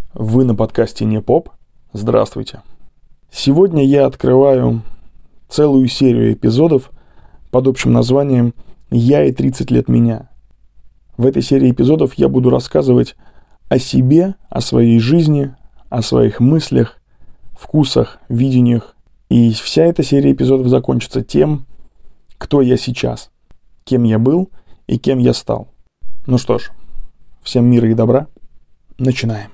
Вы на подкасте «Не поп». Здравствуйте. Сегодня я открываю целую серию эпизодов под общим названием «Я и 30 лет меня». В этой серии эпизодов я буду рассказывать о себе, о своей жизни, о своих мыслях, вкусах, видениях. И вся эта серия эпизодов закончится тем, кто я сейчас, кем я был и кем я стал. Ну что ж, всем мира и добра. Начинаем.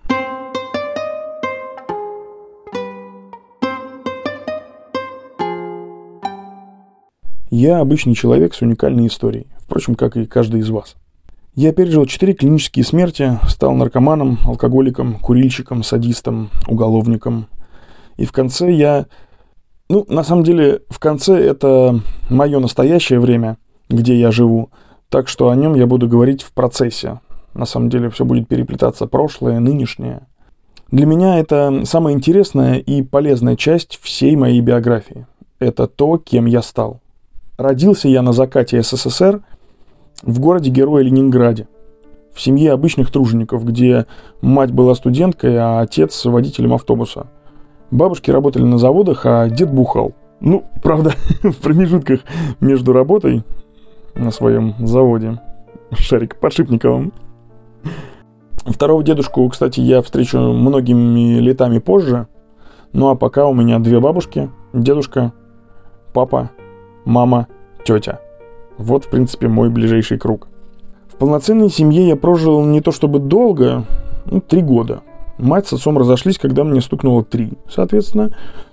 Я обычный человек с уникальной историей, впрочем, как и каждый из вас. Я пережил 4 клинические смерти, стал наркоманом, алкоголиком, курильщиком, садистом, уголовником. И в конце на самом деле, в конце это мое настоящее время, где я живу, так что о нем я буду говорить в процессе. На самом деле все будет переплетаться прошлое, нынешнее. Для меня это самая интересная и полезная часть всей моей биографии. Это то, кем я стал. Родился я на закате СССР в городе-герое Ленинграде, в семье обычных тружеников, где мать была студенткой, а отец водителем автобуса. Бабушки работали на заводах, а дед бухал. Правда, в промежутках между работой на своем заводе. Шарик Подшипниковым. Второго дедушку, кстати, я встречу многими летами позже. Ну а пока у меня 2 бабушки, дедушка, папа, мама, тетя. Вот, в принципе, мой ближайший круг. В полноценной семье я прожил не то чтобы долго, 3 года. Мать с отцом разошлись, когда мне стукнуло 3. Соответственно,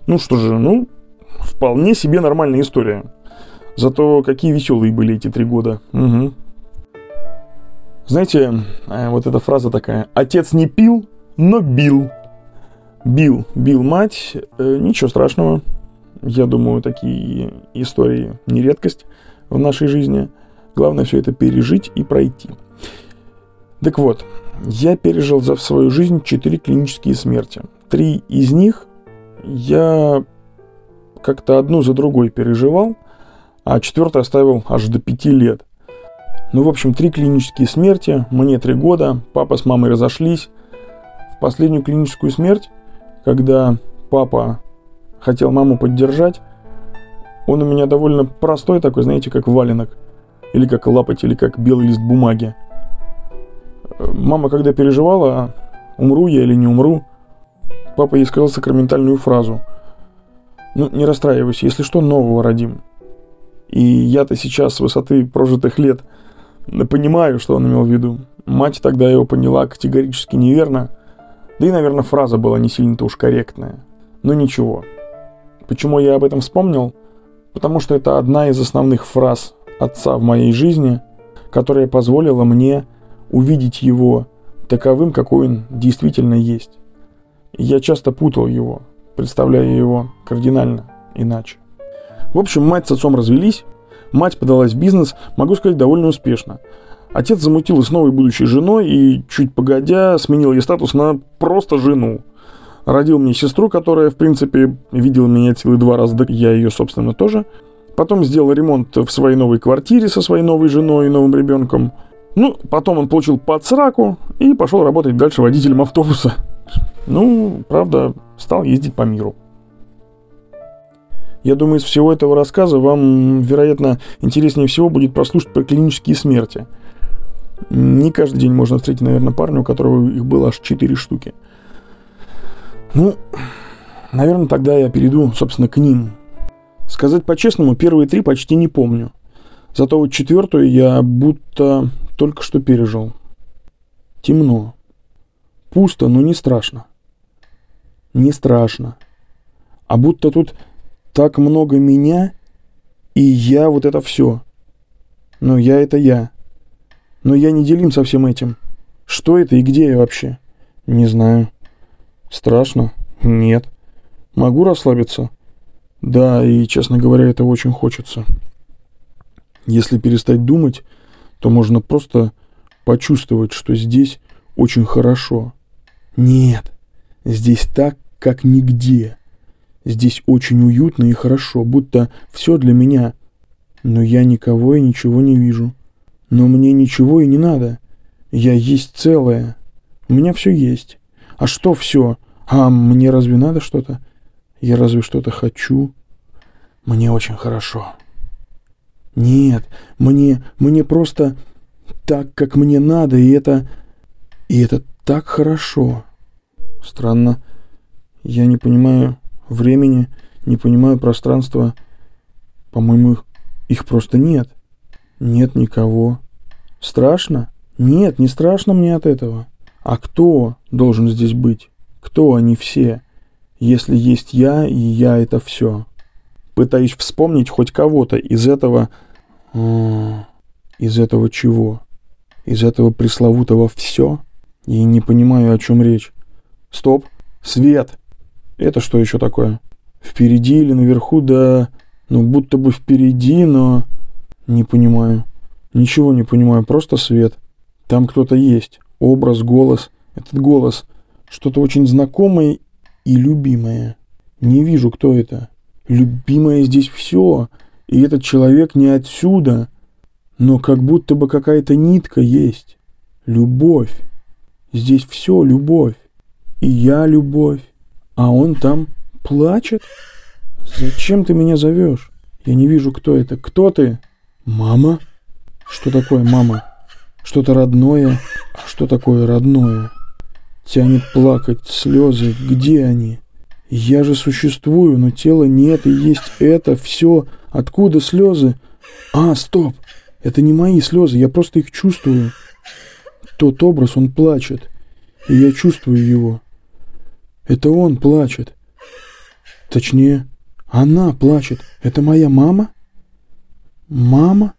вполне себе нормальная история. Зато какие веселые были эти 3 года. Угу. Знаете, вот эта фраза такая: «Отец не пил, но бил». Бил мать, ничего страшного. Я думаю, такие истории не редкость в нашей жизни. Главное все это пережить и пройти. Так вот, я пережил за свою жизнь 4 клинические смерти. 3 из них я как-то одну за другой переживал, а 4-ю оставил аж до 5 лет. В общем, 3 клинические смерти, мне 3 года, папа с мамой разошлись. В последнюю клиническую смерть, когда папа хотел маму поддержать, он у меня довольно простой такой, знаете, как валенок, или как лапоть, или как белый лист бумаги. Мама, когда переживала, умру я или не умру, папа ей сказал сакраментальную фразу: не расстраивайся, если что, нового родим. И я-то сейчас с высоты прожитых лет понимаю, что он имел в виду. Мать тогда его поняла категорически неверно, да и, наверное, фраза была не сильно-то уж корректная. Но ничего. Почему я об этом вспомнил? Потому что это одна из основных фраз отца в моей жизни, которая позволила мне увидеть его таковым, какой он действительно есть. И я часто путал его, представляя его кардинально иначе. В общем, мать с отцом развелись, мать подалась в бизнес, могу сказать, довольно успешно. Отец замутил с новой будущей женой и, чуть погодя, сменил ей статус на просто жену. Родил мне сестру, которая, в принципе, видела меня целых 2 раза, да я ее, собственно, тоже. Потом сделал ремонт в своей новой квартире со своей новой женой и новым ребенком. Потом он получил подсраку и пошел работать дальше водителем автобуса. Правда, стал ездить по миру. Я думаю, из всего этого рассказа вам, вероятно, интереснее всего будет прослушать про клинические смерти. Не каждый день можно встретить, наверное, парня, у которого их было аж 4 штуки. Наверное, тогда я перейду, собственно, к ним. Сказать по-честному, первые 3 почти не помню. Зато вот 4-ю я будто только что пережил. Темно. Пусто, но не страшно. Не страшно. А будто тут так много меня, и я вот это все. Но я это я. Но я не делим со всем этим. Что это и где я вообще? Не знаю. Страшно? Нет. Могу расслабиться? Да, и, честно говоря, это очень хочется. Если перестать думать, то можно просто почувствовать, что здесь очень хорошо. Нет, здесь так, как нигде. Здесь очень уютно и хорошо, будто все для меня. Но я никого и ничего не вижу. Но мне ничего и не надо. Я есть целое. У меня все есть. А что все? А мне разве надо что-то? Я разве что-то хочу? Мне очень хорошо. Нет, мне просто так, как мне надо, и это так хорошо. Странно. Я не понимаю времени, не понимаю пространства. По-моему, их просто нет. Нет никого. Страшно? Нет, не страшно мне от этого. А кто должен здесь быть? Кто они все? Если есть я, и я — это все. Пытаюсь вспомнить хоть кого-то из этого... Из этого чего? Из этого пресловутого «все»? И не понимаю, о чем речь. Стоп! Свет! Это что еще такое? Впереди или наверху? Да... Ну, будто бы впереди, но... Не понимаю. Ничего не понимаю, просто свет. Там кто-то есть. Образ, голос. Этот голос. Что-то очень знакомое и любимое. Не вижу, кто это. Любимое здесь все. И этот человек не отсюда. Но как будто бы какая-то нитка есть. Любовь. Здесь все любовь. И я любовь. А он там плачет. Зачем ты меня зовешь? Я не вижу, кто это. Кто ты? Мама? Что такое мама? Что-то родное. А что такое родное? Тянет плакать, слезы. Где они? Я же существую, но тела нет, и есть это все. Откуда слезы? А, стоп! Это не мои слезы, я просто их чувствую. Тот образ, он плачет. И я чувствую его. Это он плачет. Точнее, она плачет. Это моя мама? Мама?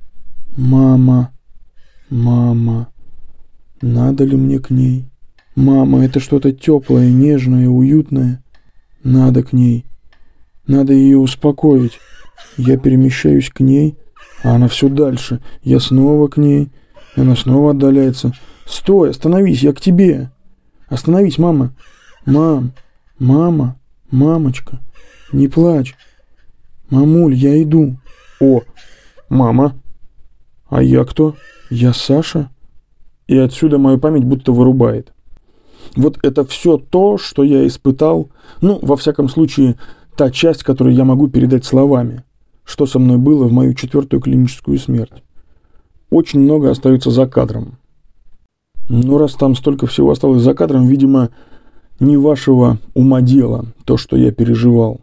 Мама. Мама. Надо ли мне к ней? Мама, это что-то теплое, нежное, уютное. Надо к ней. Надо ее успокоить. Я перемещаюсь к ней, а она все дальше. Я снова к ней. И она снова отдаляется. Стой, остановись, я к тебе. Остановись, мама. Мам, мама, мамочка, не плачь. Мамуль, я иду. О, мама. А я кто? Я Саша. И отсюда мою память будто вырубает. Вот это все то, что я испытал. Ну, во всяком случае, та часть, которую я могу передать словами. Что со мной было в мою 4-ю клиническую смерть. Очень много остается за кадром. Ну, раз там столько всего осталось за кадром, видимо, не вашего ума дело, то, что я переживал.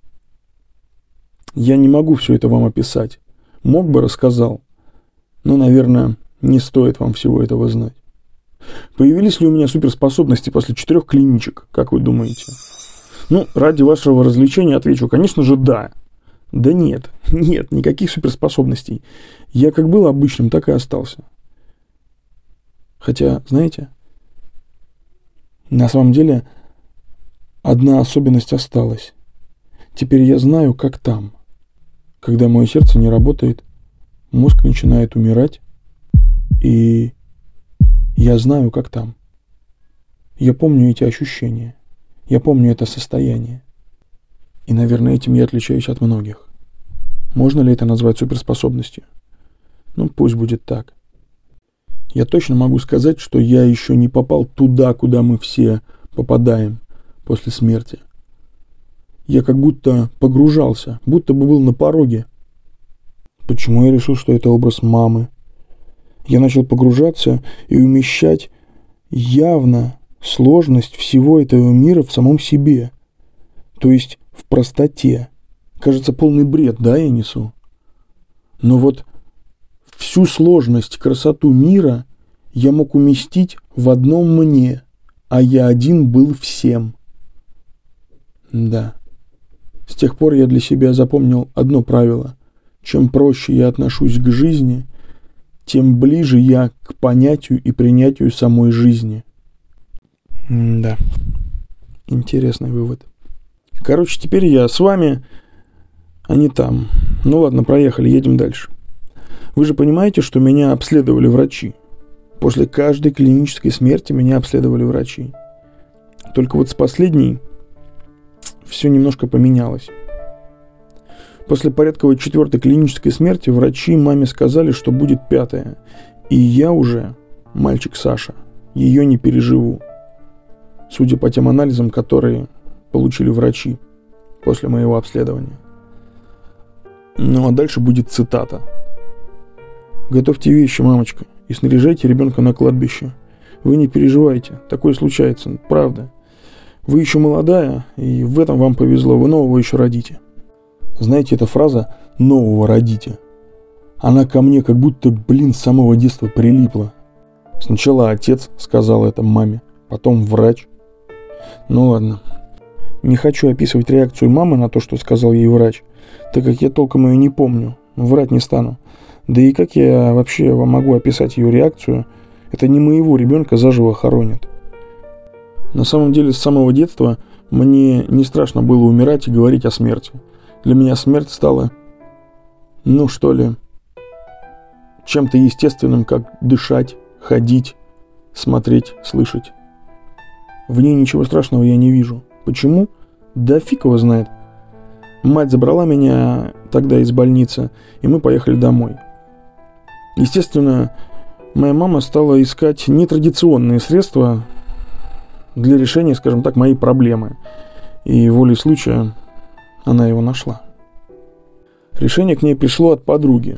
Я не могу все это вам описать. Мог бы, рассказал. Но, наверное, не стоит вам всего этого знать. Появились ли у меня суперспособности после 4 клиничек, как вы думаете? Ну, ради вашего развлечения отвечу, конечно же, да. Да нет, никаких суперспособностей. Я как был обычным, так и остался. Хотя, знаете, на самом деле одна особенность осталась. Теперь я знаю, как там. Когда мое сердце не работает, мозг начинает умирать, и я знаю, как там. Я помню эти ощущения. Я помню это состояние. И, наверное, этим я отличаюсь от многих. Можно ли это назвать суперспособностью? Ну, пусть будет так. Я точно могу сказать, что я еще не попал туда, куда мы все попадаем после смерти. Я как будто погружался, будто бы был на пороге. Почему я решил, что это образ мамы? Я начал погружаться и умещать явно сложность всего этого мира в самом себе. То есть в простоте. Кажется, полный бред, да, я несу? Но вот всю сложность, красоту мира я мог уместить в одном мне, а я один был всем. Да. С тех пор я для себя запомнил одно правило. Чем проще я отношусь к жизни, тем ближе я к понятию и принятию самой жизни. Да. Интересный вывод. Короче, теперь я с вами, а не там. Ну ладно, проехали, едем дальше. Вы же понимаете, что меня обследовали врачи. После каждой клинической смерти меня обследовали врачи. Только вот с последней все немножко поменялось. После порядковой 4-й клинической смерти врачи маме сказали, что будет 5-я. И я уже, мальчик Саша, ее не переживу. судя по тем анализам, которые получили врачи после моего обследования. Ну а дальше будет цитата. «Готовьте вещи, мамочка, и снаряжайте ребенка на кладбище. Вы не переживайте, такое случается, правда. Вы еще молодая, и в этом вам повезло, вы нового еще родите». Знаете, эта фраза «нового родите», она ко мне как будто, с самого детства прилипла. Сначала отец сказал это маме, потом врач. Ну ладно. Не хочу описывать реакцию мамы на то, что сказал ей врач, так как я толком ее не помню, врать не стану. Да и как я вообще могу описать ее реакцию? Это не моего ребенка заживо хоронят. На самом деле, с самого детства мне не страшно было умирать и говорить о смерти. Для меня смерть стала, чем-то естественным, как дышать, ходить, смотреть, слышать. В ней ничего страшного я не вижу. Почему? Да фиг его знает. Мать забрала меня тогда из больницы, и мы поехали домой. Естественно, моя мама стала искать нетрадиционные средства для решения, скажем так, моей проблемы. И волей случая она его нашла. Решение к ней пришло от подруги.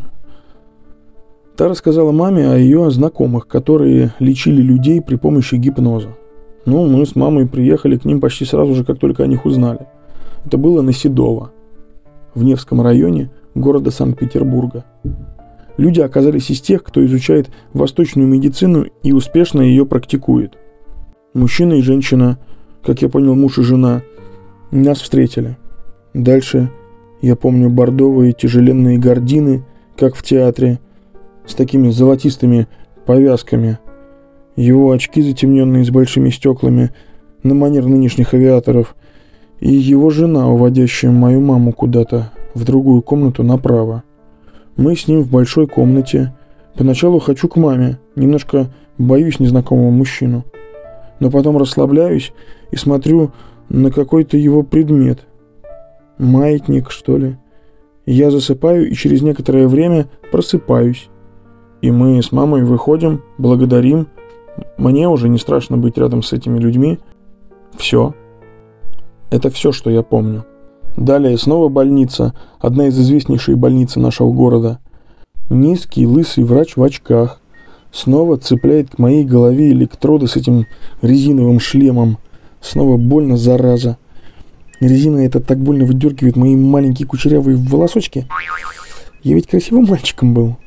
Та рассказала маме о ее знакомых, которые лечили людей при помощи гипноза. Мы с мамой приехали к ним почти сразу же, как только о них узнали. Это было на Седово, в Невском районе города Санкт-Петербурга. Люди оказались из тех, кто изучает восточную медицину и успешно ее практикует. Мужчина и женщина, как я понял, муж и жена, нас встретили. Дальше я помню бордовые тяжеленные гардины, как в театре, с такими золотистыми повязками. Его очки, затемненные с большими стеклами, на манер нынешних авиаторов. И его жена, уводящая мою маму куда-то в другую комнату направо. Мы с ним в большой комнате. Поначалу хочу к маме, немножко боюсь незнакомого мужчину. Но потом расслабляюсь и смотрю на какой-то его предмет. Маятник, что ли. Я засыпаю и через некоторое время просыпаюсь. И мы с мамой выходим, благодарим. Мне уже не страшно быть рядом с этими людьми. Все. Это все, что я помню. Далее снова больница, одна из известнейших больниц нашего города. Низкий, лысый врач в очках снова цепляет к моей голове электроды с этим резиновым шлемом. Снова больно, зараза. Резина эта так больно выдергивает мои маленькие кучерявые волосочки. Я ведь красивым мальчиком был.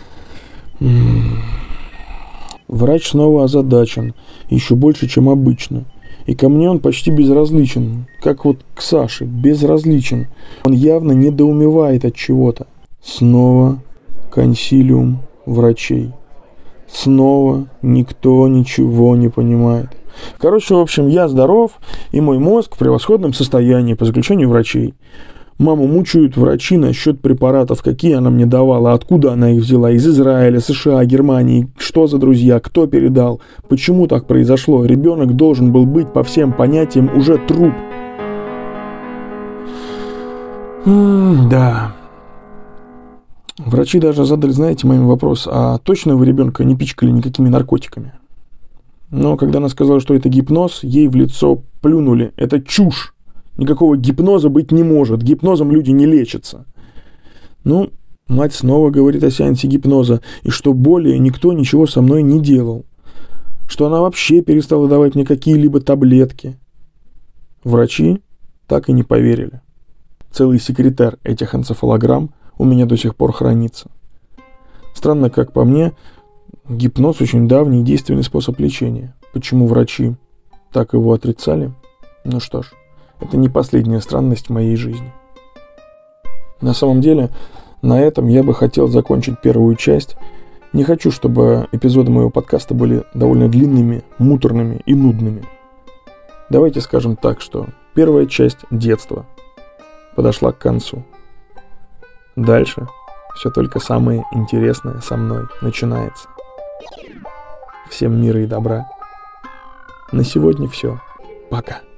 Врач снова озадачен, еще больше, чем обычно. И ко мне он почти безразличен, как вот к Саше, безразличен. Он явно недоумевает от чего-то. Снова консилиум врачей. Снова никто ничего не понимает. Короче, в общем, я здоров, и мой мозг в превосходном состоянии по заключению врачей. Маму мучают врачи насчет препаратов, какие она мне давала, откуда она их взяла, из Израиля, США, Германии, что за друзья, кто передал, почему так произошло. Ребенок должен был быть по всем понятиям уже труп. Да. Врачи даже задали, знаете, моим вопрос, а точно вы ребенка не пичкали никакими наркотиками? Но когда она сказала, что это гипноз, ей в лицо плюнули. Это чушь. Никакого гипноза быть не может. Гипнозом люди не лечатся. Мать снова говорит о сеансе гипноза, и что более никто ничего со мной не делал. Что она вообще перестала давать мне какие-либо таблетки. Врачи так и не поверили. Целый секретарь этих энцефалограмм у меня до сих пор хранится. Странно, как по мне, гипноз очень давний и действенный способ лечения. Почему врачи так его отрицали? Ну что ж. Это не последняя странность в моей жизни. На самом деле, на этом я бы хотел закончить первую часть. Не хочу, чтобы эпизоды моего подкаста были довольно длинными, муторными и нудными. Давайте скажем так, что первая часть детства подошла к концу. Дальше все только самое интересное со мной начинается. Всем мира и добра. На сегодня все. Пока.